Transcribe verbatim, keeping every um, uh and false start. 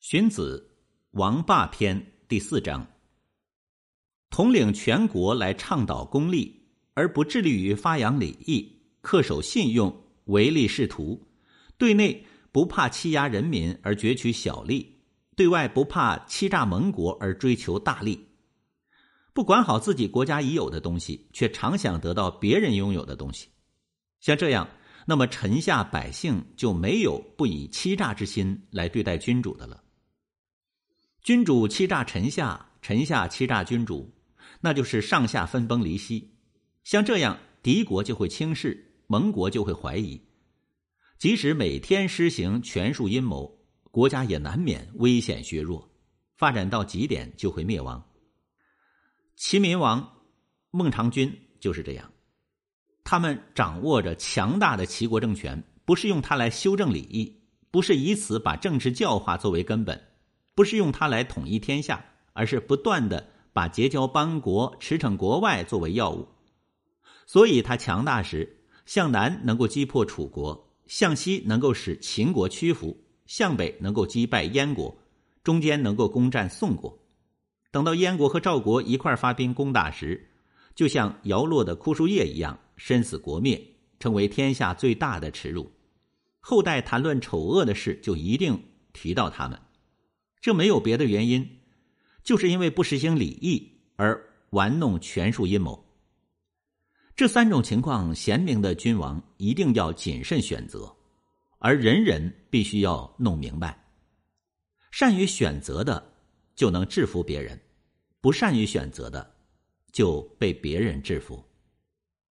荀子《王霸篇》第四章：统领全国来倡导公利，而不致力于发扬礼义，恪守信用，唯利是图；对内不怕欺压人民而攫取小利，对外不怕欺诈盟国而追求大利。不管好自己国家已有的东西，却常想得到别人拥有的东西。像这样，那么臣下百姓就没有不以欺诈之心来对待君主的了。君主欺诈臣下，臣下欺诈君主，那就是上下分崩离析。像这样，敌国就会轻视，盟国就会怀疑。即使每天施行权术阴谋，国家也难免危险削弱，发展到极点就会灭亡。齐闵王孟尝君就是这样，他们掌握着强大的齐国政权，不是用它来修正礼义，不是以此把政治教化作为根本，不是用它来统一天下，而是不断的把结交邦国、驰骋国外作为要务。所以他强大时，向南能够击破楚国，向西能够使秦国屈服，向北能够击败燕国，中间能够攻占宋国。等到燕国和赵国一块发兵攻打时，就像摇落的枯树叶一样，身死国灭，成为天下最大的耻辱。后代谈论丑恶的事，就一定提到他们。这没有别的原因，就是因为不实行礼义而玩弄权术阴谋。这三种情况，贤明的君王一定要谨慎选择，而人人必须要弄明白。善于选择的就能制服别人，不善于选择的就被别人制服。